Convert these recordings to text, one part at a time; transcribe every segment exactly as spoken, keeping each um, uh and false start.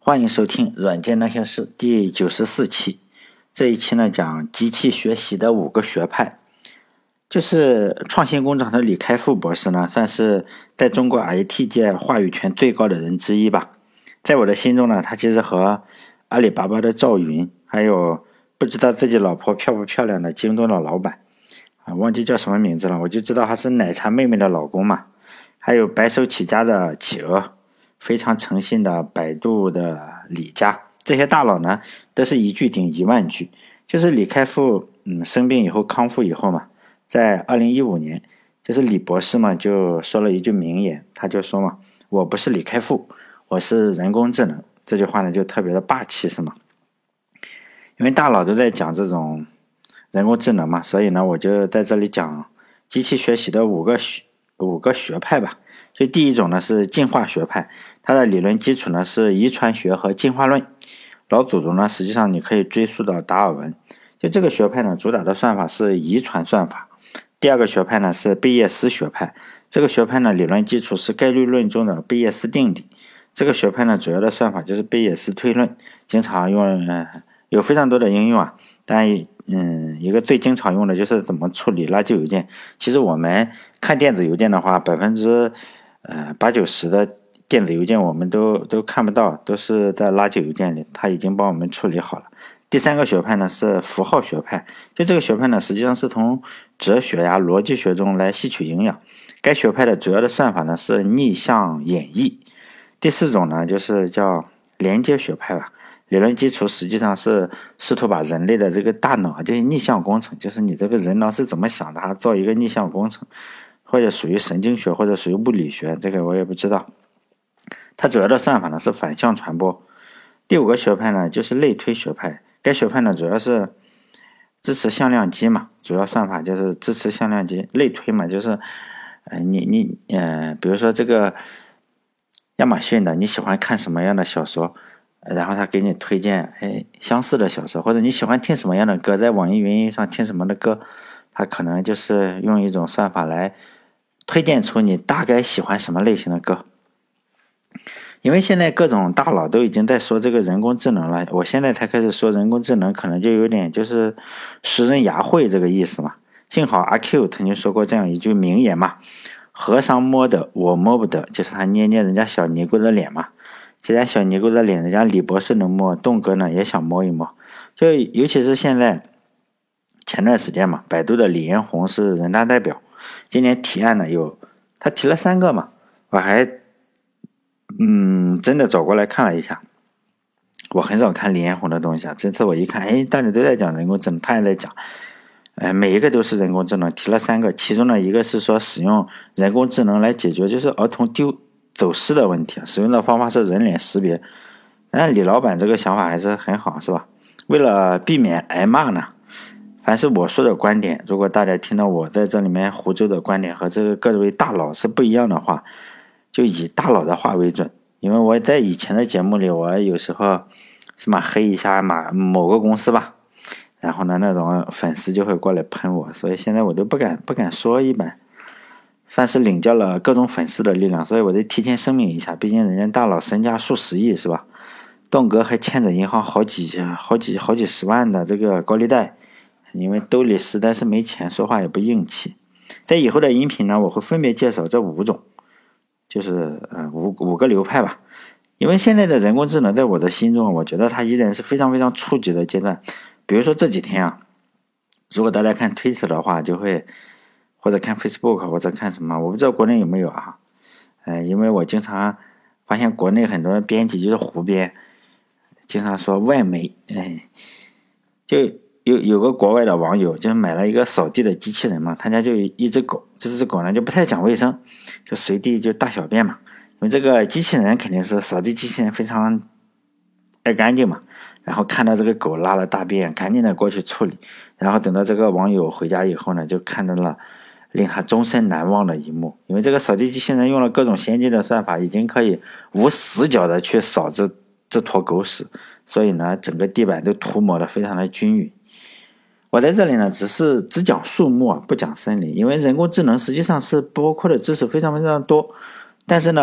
欢迎收听软件那些事第九十四期。这一期呢讲机器学习的五个学派。就是创新工厂的李开复博士呢，算是在中国 I T 界话语权最高的人之一吧。在我的心中呢，他其实和阿里巴巴的赵云，还有不知道自己老婆漂不漂亮的京东的老板啊，忘记叫什么名字了，我就知道他是奶茶妹妹的老公嘛。还有白手起家的企鹅，非常诚信的百度的李佳，这些大佬呢都是一句顶一万句。就是李开复嗯生病以后康复以后嘛，在二零一五年，就是李博士嘛就说了一句名言，他就说嘛，我不是李开复，我是人工智能。这句话呢就特别的霸气是吗？因为大佬都在讲这种人工智能嘛，所以呢我就在这里讲机器学习的五个学五个学派吧。就第一种呢是进化学派，它的理论基础呢是遗传学和进化论。老祖宗呢实际上你可以追溯到达尔文。就这个学派呢主打的算法是遗传算法。第二个学派呢是贝叶斯学派，这个学派呢理论基础是概率论中的贝叶斯定理。这个学派呢主要的算法就是贝叶斯推论，经常用、呃、有非常多的应用啊。但嗯，一个最经常用的就是怎么处理垃圾邮件。其实我们看电子邮件的话，百分之呃八九十的电子邮件我们都都看不到，都是在垃圾邮件里，它已经帮我们处理好了。第三个学派呢是符号学派，就这个学派呢实际上是从哲学呀、逻辑学中来吸取营养。该学派的主要的算法呢是逆向演绎。第四种呢就是叫连接学派吧，理论基础实际上是试图把人类的这个大脑，就是逆向工程，就是你这个人脑是怎么想的，它做一个逆向工程，或者属于神经学或者属于物理学，这个我也不知道。它主要的算法呢是反向传播。第五个学派呢就是类推学派，该学派呢主要是支持向量机嘛，主要算法就是支持向量机。类推嘛就是呃你你呃比如说这个亚马逊的你喜欢看什么样的小说，然后他给你推荐哎相似的小说，或者你喜欢听什么样的歌，在网易云音乐上听什么的歌，他可能就是用一种算法来推荐出你大概喜欢什么类型的歌。因为现在各种大佬都已经在说这个人工智能了，我现在才开始说人工智能，可能就有点就是拾人牙慧这个意思嘛。幸好阿 Q 曾经说过这样一句名言嘛，和尚摸的我摸不得，就是他捏捏人家小尼姑的脸嘛。既然小尼姑的脸人家李博士能摸，栋哥呢也想摸一摸。就尤其是现在前段时间嘛，百度的李彦宏是人大代表，今年提案呢有他提了三个嘛，我还嗯真的走过来看了一下。我很少看李彦宏的东西啊，这次我一看，哎，大家都在讲人工智能，他也在讲，呃，每一个都是人工智能，提了三个，其中呢一个是说使用人工智能来解决就是儿童丢走失的问题，使用的方法是人脸识别。但李老板这个想法还是很好，是吧？为了避免挨骂呢，凡是我说的观点，如果大家听到我在这里面胡诌的观点和这个各位大佬是不一样的话，就以大佬的话为准。因为我在以前的节目里，我有时候什么黑一下嘛某个公司吧，然后呢那种粉丝就会过来喷我，所以现在我都不敢不敢说一般。算是领教了各种粉丝的力量，所以我得提前声明一下，毕竟人家大佬身家数十亿是吧？栋哥还欠着银行好几好几好几十万的这个高利贷，因为兜里实在是没钱，说话也不硬气。在以后的音频呢，我会分别介绍这五种，就是呃五五个流派吧。因为现在的人工智能在我的心中，我觉得它依然是非常非常初级的阶段。比如说这几天啊，如果大家看 Twitter 的话，就会或者看 Facebook 或者看什么，我不知道国内有没有啊？呃，因为我经常发现国内很多编辑就是胡编，经常说外媒，哎，就有有个国外的网友就买了一个扫地的机器人嘛，他家就有一只狗，这只狗呢就不太讲卫生，就随地就大小便嘛。因为这个机器人肯定是扫地机器人非常爱干净嘛，然后看到这个狗拉了大便，赶紧的过去处理，然后等到这个网友回家以后呢，就看到了令他终身难忘的一幕。因为这个扫地机器人用了各种先进的算法，已经可以无死角的去扫这这坨狗屎，所以呢整个地板都涂抹的非常的均匀。我在这里呢只是只讲树木不讲森林，因为人工智能实际上是包括的知识非常非常多，但是呢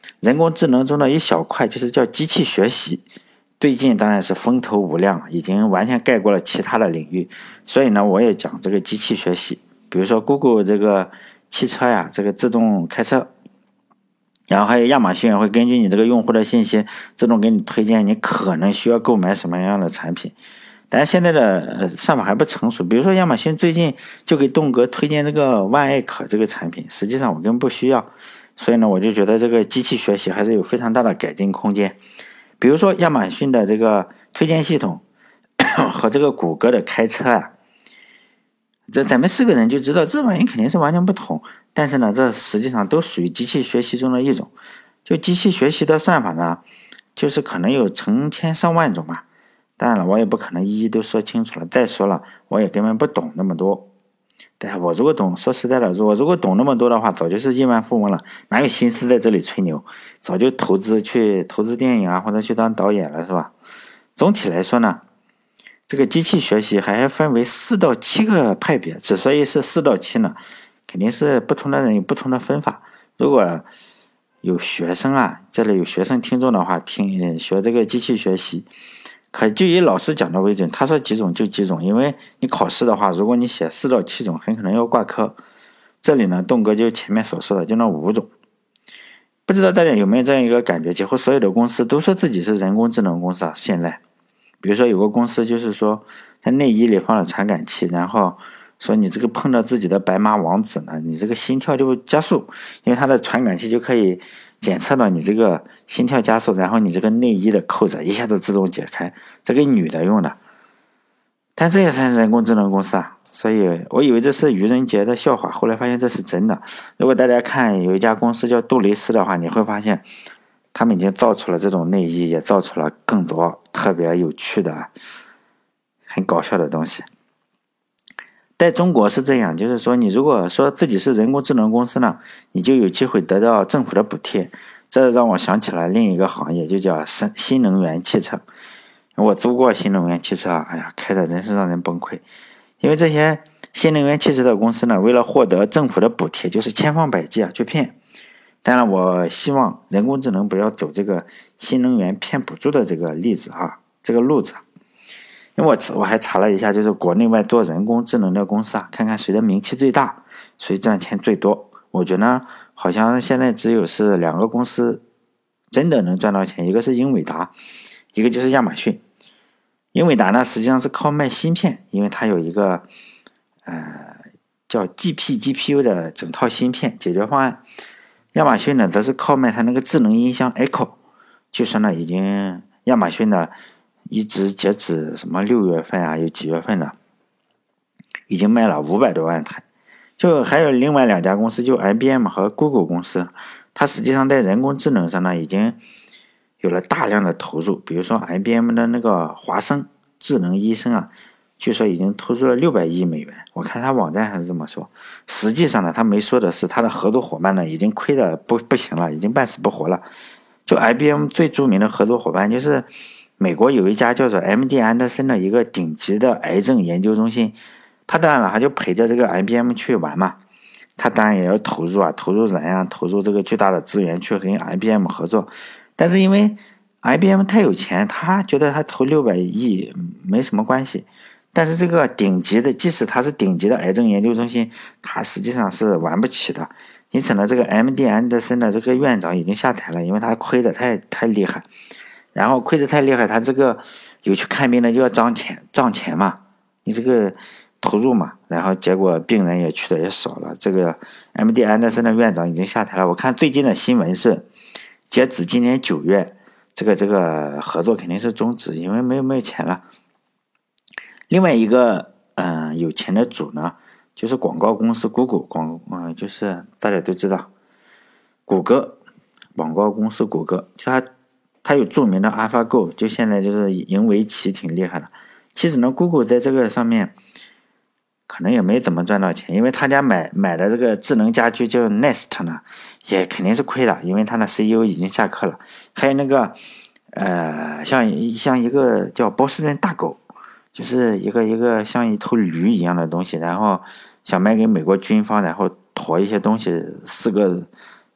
人工智能中的一小块就是叫机器学习，最近当然是风头无量，已经完全盖过了其他的领域。所以呢，我也讲这个机器学习，比如说 Google 这个汽车呀，这个自动开车，然后还有亚马逊会根据你这个用户的信息自动给你推荐你可能需要购买什么样的产品。但是现在的、呃、算法还不成熟，比如说亚马逊最近就给栋哥推荐这个万艾可这个产品，实际上我根本不需要。所以呢，我就觉得这个机器学习还是有非常大的改进空间。比如说亚马逊的这个推荐系统和这个谷歌的开车啊，这咱们四个人就知道这玩意肯定是完全不同。但是呢，这实际上都属于机器学习中的一种。就机器学习的算法呢，就是可能有成千上万种嘛。当然了，我也不可能一一都说清楚了。再说了，我也根本不懂那么多。但我如果懂，说实在的，我如果懂那么多的话，早就是亿万富翁了，哪有心思在这里吹牛？早就投资去投资电影啊，或者去当导演了，是吧？总体来说呢，这个机器学习还分为四到七个派别。之所以是四到七呢，肯定是不同的人有不同的分法。如果有学生啊，这里有学生听众的话，听学这个机器学习，可就以老师讲的为准，他说几种就几种。因为你考试的话，如果你写四到七种，很可能要挂科。这里呢，栋哥就前面所说的就那五种。不知道大家有没有这样一个感觉，几乎所有的公司都说自己是人工智能公司啊。现在比如说有个公司就是说在内衣里放了传感器，然后说你这个碰到自己的白马王子呢，你这个心跳就加速，因为它的传感器就可以检测到你这个心跳加速，然后你这个内衣的扣子一下子自动解开，这个女的用的。但这也算是人工智能公司啊，所以我以为这是愚人节的笑话，后来发现这是真的。如果大家看有一家公司叫杜蕾斯的话，你会发现他们已经造出了这种内衣，也造出了更多特别有趣的很搞笑的东西。在中国是这样，就是说你如果说自己是人工智能公司呢，你就有机会得到政府的补贴。这让我想起了另一个行业，就叫新能源汽车。我租过新能源汽车，哎呀，开的真是让人崩溃。因为这些新能源汽车的公司呢，为了获得政府的补贴，就是千方百计啊去骗。当然我希望人工智能不要走这个新能源骗补助的这个例子啊，这个路子。因为我我还查了一下，就是国内外做人工智能的公司啊，看看谁的名气最大，谁赚钱最多。我觉得呢，好像现在只有是两个公司真的能赚到钱，一个是英伟达，一个就是亚马逊。英伟达呢，实际上是靠卖芯片，因为它有一个呃叫 G P G P U 的整套芯片解决方案。亚马逊呢，则是靠卖它那个智能音箱 Echo。据说呢，已经亚马逊的一直截止什么六月份啊，有几月份呢，已经卖了五百多万台。就还有另外两家公司，就 I B M 和 Google 公司，它实际上在人工智能上呢，已经有了大量的投入。比如说 I B M 的那个华生智能医生啊，据说已经投入了六百亿美元。我看他网站还是这么说。实际上呢，他没说的是他的合作伙伴呢，已经亏得不不行了，已经半死不活了。就 I B M 最著名的合作伙伴就是美国有一家叫做 M D 安德森的一个顶级的癌症研究中心。他当然了，他就陪着这个 I B M 去玩嘛，他当然也要投入啊，投入人啊，投入这个巨大的资源去跟 I B M 合作。但是因为 I B M 太有钱，他觉得他投六百亿没什么关系。但是这个顶级的，即使他是顶级的癌症研究中心，他实际上是玩不起的。因此呢，这个 M D 安德森的这个院长已经下台了，因为他亏得太太厉害。然后亏得太厉害，他这个有去看病的就要账钱账钱嘛，你这个投入嘛，然后结果病人也去的也少了。这个 M D 安德森的院长已经下台了。我看最近的新闻是，截止今年九月，这个这个合作肯定是终止，因为没有没有钱了。另外一个嗯、呃、有钱的主呢，就是广告公司 Google 广嗯、呃、就是大家都知道，谷歌广告公司谷歌，它它有著名的 AlphaGo， 就现在就是赢围棋挺厉害的。其实呢 Google 在这个上面可能也没怎么赚到钱，因为他家买买的这个智能家居叫 Nest 呢，也肯定是亏了，因为他的 C E O 已经下课了。还有那个呃，像像一个叫波士顿大狗，就是一个一个像一头驴一样的东西，然后想卖给美国军方，然后驮一些东西，四个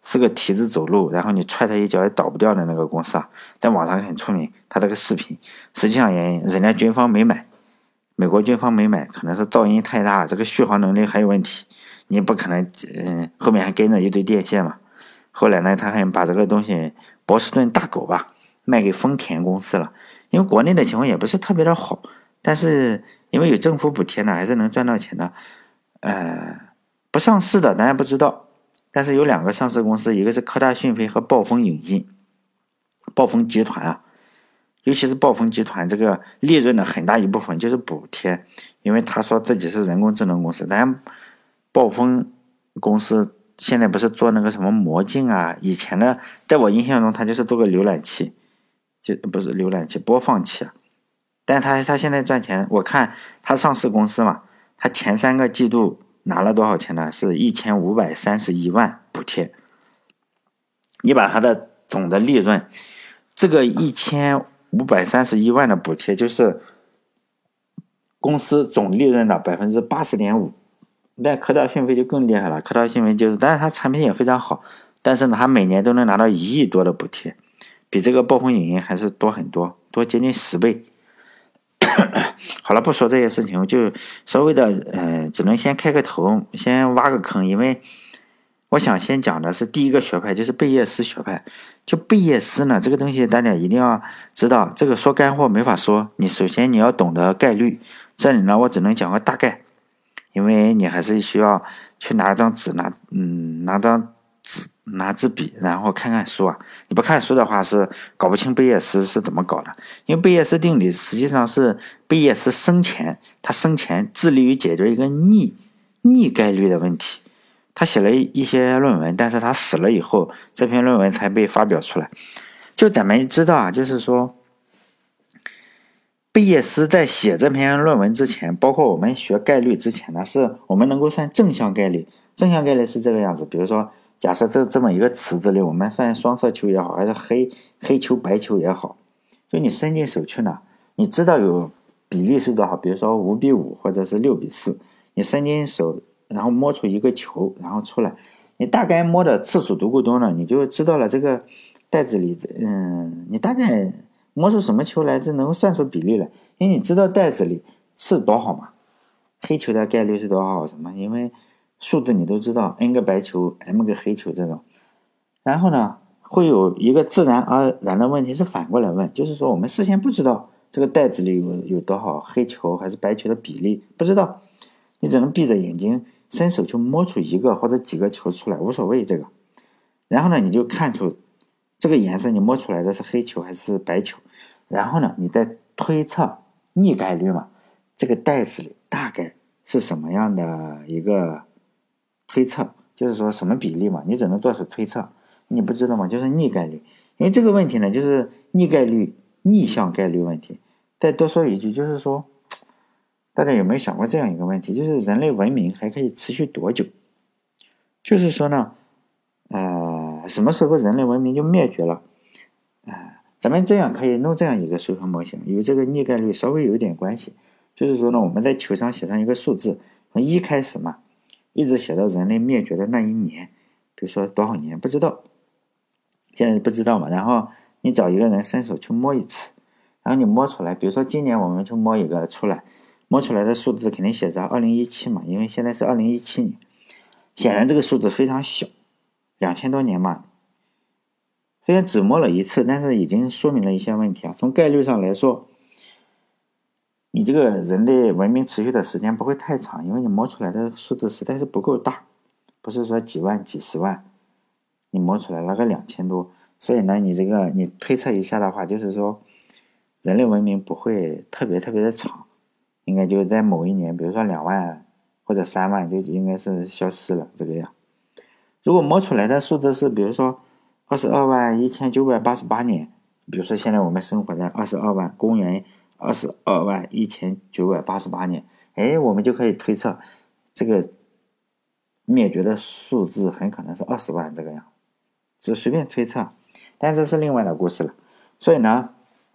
是个蹄子走路，然后你踹他一脚也倒不掉的那个公司啊，在网上很出名。他这个视频，实际上也人家军方没买，美国军方没买，可能是噪音太大，这个续航能力还有问题，你不可能，嗯，后面还跟着一堆电线嘛。后来呢，他还把这个东西波士顿大狗吧卖给丰田公司了，因为国内的情况也不是特别的好，但是因为有政府补贴呢，还是能赚到钱的。呃，不上市的当然不知道。但是有两个上市公司，一个是科大讯飞和暴风影音，暴风集团啊，尤其是暴风集团，这个利润的很大一部分就是补贴，因为他说自己是人工智能公司。当然，暴风公司现在不是做那个什么魔镜啊，以前呢，在我印象中，它就是做个浏览器，就不是浏览器，播放器啊。但是他他现在赚钱，我看他上市公司嘛，他前三个季度拿了多少钱呢？是一千五百三十一万补贴。你把它的总的利润，这个一千五百三十一万的补贴就是公司总利润的百分之八十点五。但科大讯飞就更厉害了，科大讯飞就是，当然它产品也非常好，但是呢，它每年都能拿到一亿多的补贴，比这个暴风影音还是多很多，多接近十倍。好了，不说这些事情，就稍微的，呃，只能先开个头，先挖个坑，因为我想先讲的是第一个学派，就是贝叶斯学派。就贝叶斯呢，这个东西大家一定要知道，这个说干货没法说，你首先你要懂得概率。这里呢，我只能讲个大概，因为你还是需要去拿张纸，拿嗯拿张纸拿支笔，然后看看书啊。你不看书的话是搞不清贝叶斯是怎么搞的，因为贝叶斯定理实际上是贝叶斯生前，他生前致力于解决一个逆逆概率的问题。他写了一些论文，但是他死了以后，这篇论文才被发表出来。就咱们知道啊，就是说贝叶斯在写这篇论文之前，包括我们学概率之前呢，是我们能够算正向概率。正向概率是这个样子，比如说假设这这么一个池子里，我们算双色球也好，还是黑黑球白球也好，就你伸进手去呢，你知道有比例是多少，比如说五比五或者是六比四，你伸进手然后摸出一个球，然后出来，你大概摸的次数足够多呢，你就知道了这个袋子里，嗯，你大概摸出什么球来，这能够算出比例来，因为你知道袋子里是多少嘛，黑球的概率是多少什么，因为数字你都知道 ，n 个白球 m 个黑球这种。然后呢，会有一个自然而然的问题是反过来问，就是说我们事先不知道这个袋子里有有多少黑球还是白球的比例，不知道，你只能闭着眼睛伸手去摸出一个或者几个球出来，无所谓这个。然后呢，你就看出这个颜色你摸出来的是黑球还是白球，然后呢，你再推测逆概率嘛，这个袋子里大概是什么样的一个推测，就是说什么比例嘛，你只能做出推测，你不知道吗？就是逆概率。因为这个问题呢，就是逆概率逆向概率问题。再多说一句，就是说大家有没有想过这样一个问题，就是人类文明还可以持续多久？就是说呢，呃，什么时候人类文明就灭绝了？呃，咱们这样可以弄这样一个数学模型，与这个逆概率稍微有一点关系。就是说呢，我们在球上写上一个数字，从一开始嘛，一直写到人类灭绝的那一年，比如说多少年不知道，现在不知道嘛。然后你找一个人伸手去摸一次，然后你摸出来，比如说今年我们去摸一个出来，摸出来的数字肯定写着二零一七嘛，因为现在是二零一七年，显然这个数字非常小，两千多年嘛。虽然只摸了一次，但是已经说明了一些问题啊。从概率上来说，你这个人类文明持续的时间不会太长，因为你摸出来的数字实在是不够大，不是说几万几十万，你摸出来了个两千多，所以呢，你这个你推测一下的话，就是说人类文明不会特别特别的长，应该就在某一年，比如说两万或者三万就应该是消失了这个样。如果摸出来的数字是比如说二十二万一千九百八十八年，比如说现在我们生活在二十二万公元二十二万一千九百八十八年，哎，我们就可以推测这个灭绝的数字很可能是二十万这个样，就随便推测，但这是另外的故事了。所以呢，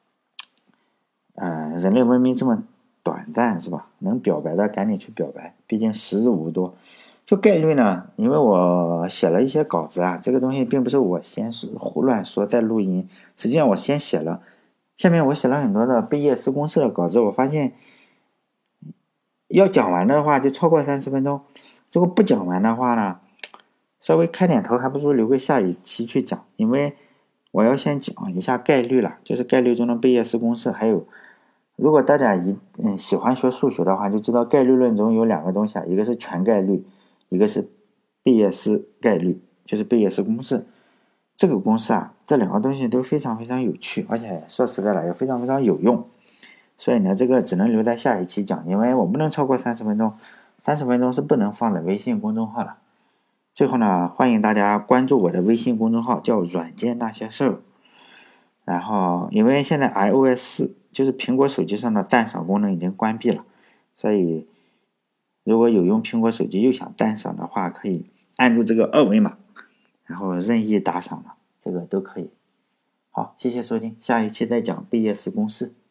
呃，人类文明这么短暂是吧？能表白的赶紧去表白，毕竟时日无多。 就概率呢，因为我写了一些稿子啊，这个东西并不是我先是胡乱说在录音，实际上我先写了，下面我写了很多的贝叶斯公式的稿子，我发现要讲完的话就超过三十分钟，如果不讲完的话呢，稍微开点头，还不如留个下一期去讲，因为我要先讲一下概率了，就是概率中的贝叶斯公式，还有如果大家一嗯喜欢学数学的话，就知道概率论中有两个东西啊，一个是全概率，一个是贝叶斯概率，就是贝叶斯公式。这个公式啊，这两个东西都非常非常有趣，而且说实在的也非常非常有用。所以呢，这个只能留在下一期讲，因为我不能超过三十分钟，三十分钟是不能放在微信公众号了。最后呢，欢迎大家关注我的微信公众号，叫软件那些事儿。然后，因为现在 iOS 就是苹果手机上的赞赏功能已经关闭了，所以如果有用苹果手机又想赞赏的话，可以按住这个二维码，然后任意打赏了，这个都可以。好，谢谢收听，下一期再讲贝叶斯公式。